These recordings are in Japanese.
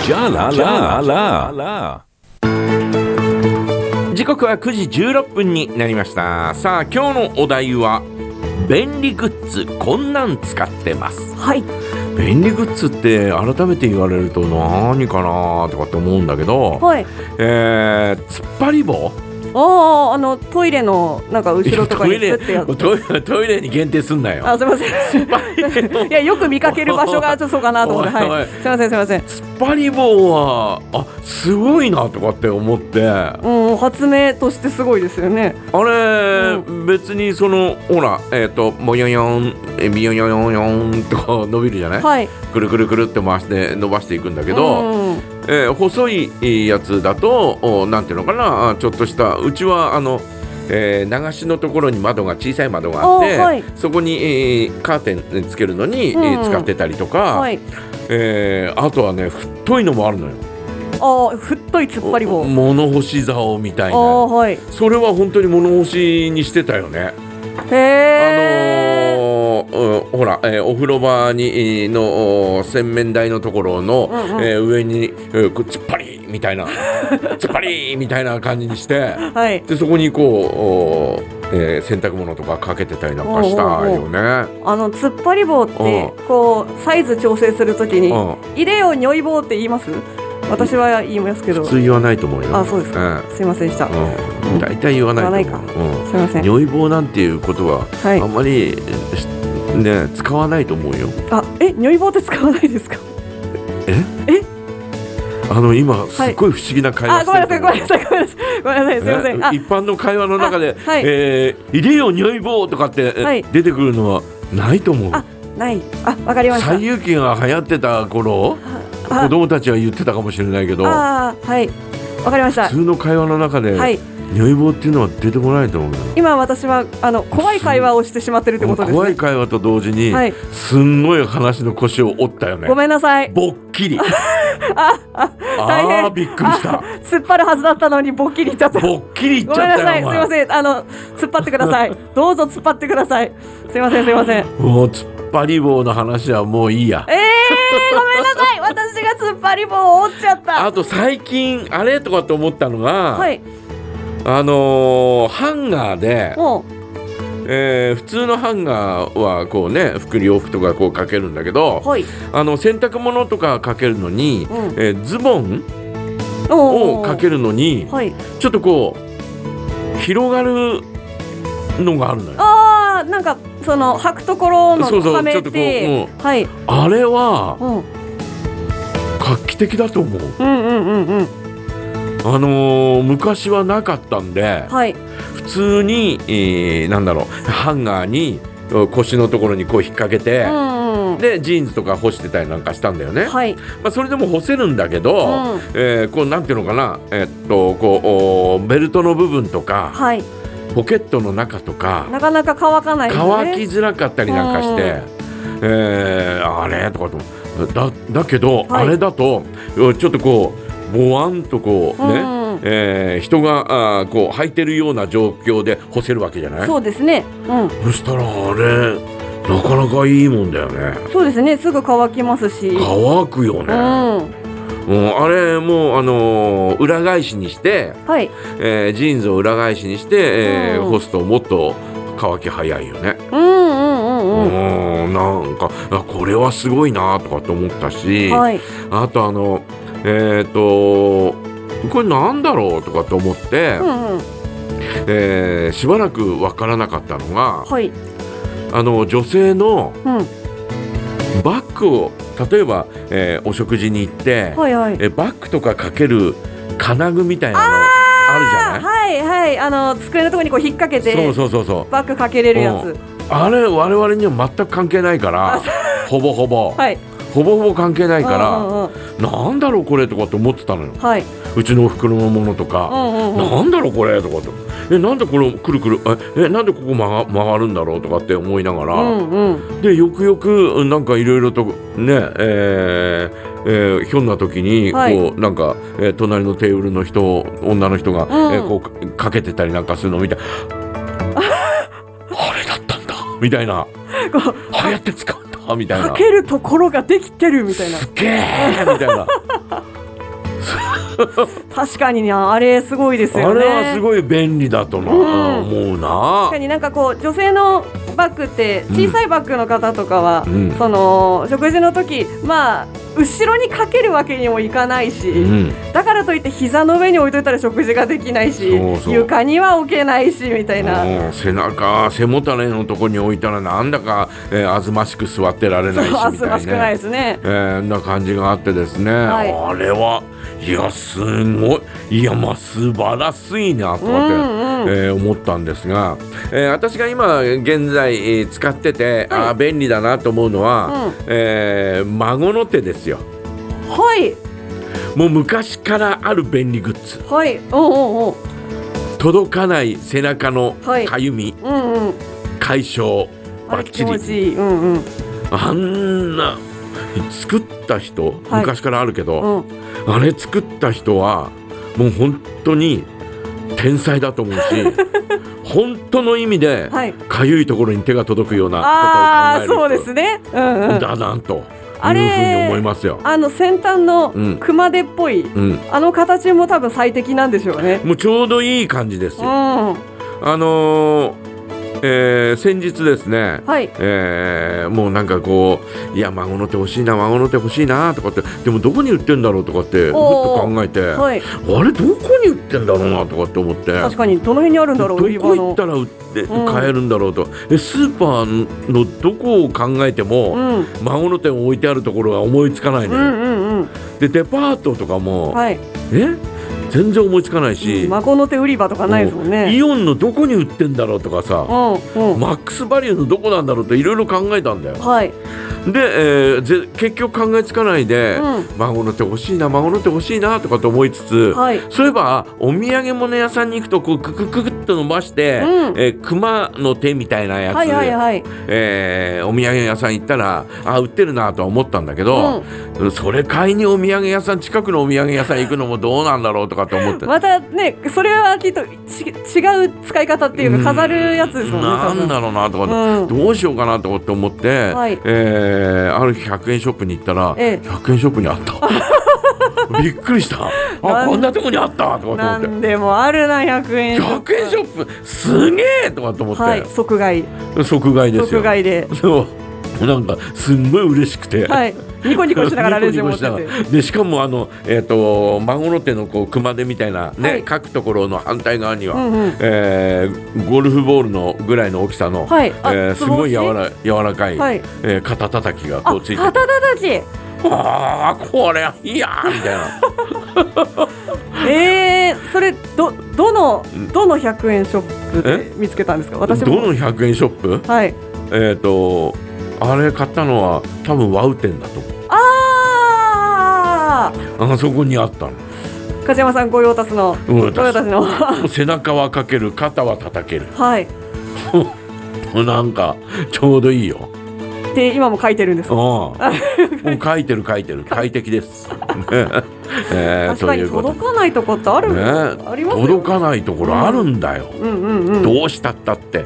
じゃらら。時刻は9時16分になりました。さあ今日のお題は便利グッズこんなん使ってます。 はい。 便利グッズって改めて言われると何かなとかって思うんだけど、 はい。 突っ張り棒。 トイレのなんか後ろとかにプッてやってトイレに限定すんなよ。 すいません。いやよく見かける場所がそうかなと思って、はい。すいません。 突っ張り棒はすごいなとかって思って。 発明としてすごいですよね。 あれ、別にそのほらもよよんビヨヨヨヨンとか伸びるじゃない。はい。くるくるくるって回して伸ばしていくんだけど。細いやつだとなんていうのかな、ちょっとしたうちは流しのところに小さい窓があって、はい、そこに、カーテンつけるのに、使ってたりとか、はい、あとはね太いのもあるのよ。 太い突っ張り棒、 物干し竿みたいな、はい、それは本当に物干しにしてたよね。ほら、お風呂場にの洗面台のところの、上に、突っ張りみたいな突っ張りみたいな感じにして、はい、でそこにこう、洗濯物とかかけてたりなんかしたよね。 突っ張り棒ってこうサイズ調整するときに入れよ如意棒って言います？私は言いますけど。 普通言わないと思うよ。 そうですか。すいませんでした。 大体言わないと思う。 すいません。 如意棒なんていうことは、あんまりね使わないと思うよ。 如意棒って使わないですか？ 今すっごい不思議な会話してる。 ごめんなさいすいません。 一般の会話の中で入れよ如意棒とかって出てくるのはないと思う。 ない。わかりました。 西遊記が流行ってた頃、子供たちは言ってたかもしれないけど、 はい、わかりました。 普通の会話の中で如意棒っていうのは出てこないと思う。 今私は怖い会話をしてしまってるってことですね。 怖い会話と同時に、すんごい話の腰を折ったよね。 ごめんなさい。 ぼっきり。 大変びっくりした。 突っ張るはずだったのにぼっきりいっちゃった。 ぼっきりいっちゃったよ。 ごめんなさい。すいません。突っ張ってください。どうぞ突っ張ってください。すいません。もう突っ張り棒の話はもういいや。 ごめんなさい。私が突っ張り棒を折っちゃった。 あと最近あれとかって思ったのが、ハンガーで、普通のハンガーはこうね洋服とかこうかけるんだけど、洗濯物とかかけるのに、ズボンをかけるのに、ちょっとこう広がるのがあるのよ。 なんかその履くところのはめて、 あれは画期的だと思う。昔はなかったんで、普通に、ハンガーに腰のところにこう引っ掛けて、でジーンズとか干してたりなんかしたんだよね。それでも干せるんだけど、こうなんていうのかな、こうベルトの部分とか、ポケットの中とかなかなか乾かないですね。 乾きづらかったりなんかして、あれとかとだけど、あれだとちょっとこうボワンとこうね、人がこう履いてるような状況で干せるわけじゃない。 そうですね。 そしたらあれなかなかいいもんだよね。 そうですね。すぐ乾きますし。 乾くよね。あれもう裏返しにして、ジーンズを裏返しにして、干すともっと乾き早いよね。なんかこれはすごいなとかと思ったし、あとこれなんだろうとかと思って、しばらく分からなかったのが、女性のバッグを例えば、お食事に行って、バッグとかかける金具みたいなのあるじゃない。 机のところにこう引っ掛けてバッグかけれるやつ。 あれ我々には全く関係ないからほぼほぼ関係ないから、なんだろうこれとかって思ってたのよ。うちのお袋のものとか、なんだろうこれとかって、なんでこれくるくる、なんでここ曲がるんだろうとかって思いながら、でよくよくなんかいろいろとね、ひょんな時にこうなんか、隣のテーブルの女の人が、こうかけてたりなんかするのを見てあれだったんだみたいな、ああやって使うんだみたいな、 かけるところができてるみたいな、 すげーみたいな確かにね、あれすごいですよね。 あれはすごい便利だと思うな。 確かになんかこう女性のバッグって小さいバッグの方とかは、その食事の時まあ後ろにかけるわけにもいかないし、だからといって膝の上に置いといたら食事ができないし、床には置けないしみたいな、 背もたれのところに置いたらなんだか、あずましく座ってられないしみたいな、 あずましくないですね、 な感じがあってですね、あれはいやすごい、いやまあ素晴らしいなとかって、思ったんですが、私が今現在、使ってて、便利だなと思うのは、孫の手ですよ。 はい。 もう昔からある便利グッズ。 はい。 届かない背中のかゆみ、解消バッチリ。あんな作った人、昔からあるけど、あれ作った人はもう本当に天才だと思うし本当の意味でかゆいところに手が届くようなことを考える人、そうですね、だなんというふうに思いますよ。 先端の熊手っぽい、あの形も多分最適なんでしょうね。 もうちょうどいい感じですよ。先日ですね、もうなんかこう、いや孫の手欲しいな孫の手欲しいなとかって、でもどこに売ってんだろうとかってふっと考えて、あれどこに売ってんだろうなとかって思って、 確かにどの辺にあるんだろう、 どこ行ったら売って買えるんだろうと、スーパーのどこを考えても、孫の手を置いてあるところが思いつかないのよ。でデパートとかも、全然思いつかないし、 孫の手売り場とかないですもんね。 イオンのどこに売ってんだろうとかさ、マックスバリューのどこなんだろうっていろいろ考えたんだよ。で、結局考えつかないで、孫の手欲しいな孫の手欲しいなとかと思いつつ、そういえばお土産物屋さんに行くとこうククククッと伸ばして、熊の手みたいなやつ、お土産屋さん行ったら売ってるなとは思ったんだけど、それ買いにお土産屋さん、近くのお土産屋さん行くのもどうなんだろうとかと思って、またね、それはきっと違う使い方っていうか飾るやつですもんね。 なんだろうなとか、どうしようかなと思って、ある日100円ショップに行ったら、100円ショップにあったびっくりした。こんなとこにあったとかと思って、 なんでもあるな100円ショップ、 100円ショップすげえとかと思って、 即買いですよ。 即買いで、 なんかすんごい嬉しくて、 ニコニコしながらレジ持ってて、 でしかも孫の手のこう熊手みたいなね、書くところの反対側には、ゴルフボールのぐらいの大きさの、すごい柔らかい、肩たたきがこうついて、 肩たたき、 これいいやみたいなそれどの100円ショップで見つけたんですか？私もどの100円ショップ？あれ買ったのは多分ワウ店だと思う。あそこにあったの。 梶山さん御用達の背中はかける、肩は叩ける。なんかちょうどいいよ。 で今も書いてるんですか？ もう書いてる快適です確かに届かないとこってある、ありますよ。 届かないところあるんだよ。どうしたったって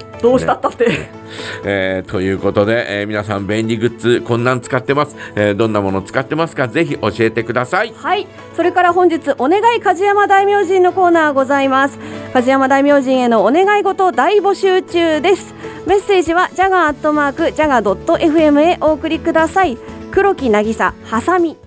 ということで、皆さん便利グッズこんなん使ってます、どんなもの使ってますか、ぜひ教えてください。 それから本日お願い梶山大明神のコーナーございます。梶山大明神へのお願い事大募集中です。メッセージはjaga@jaga.fm へお送りください。黒木渚はさみ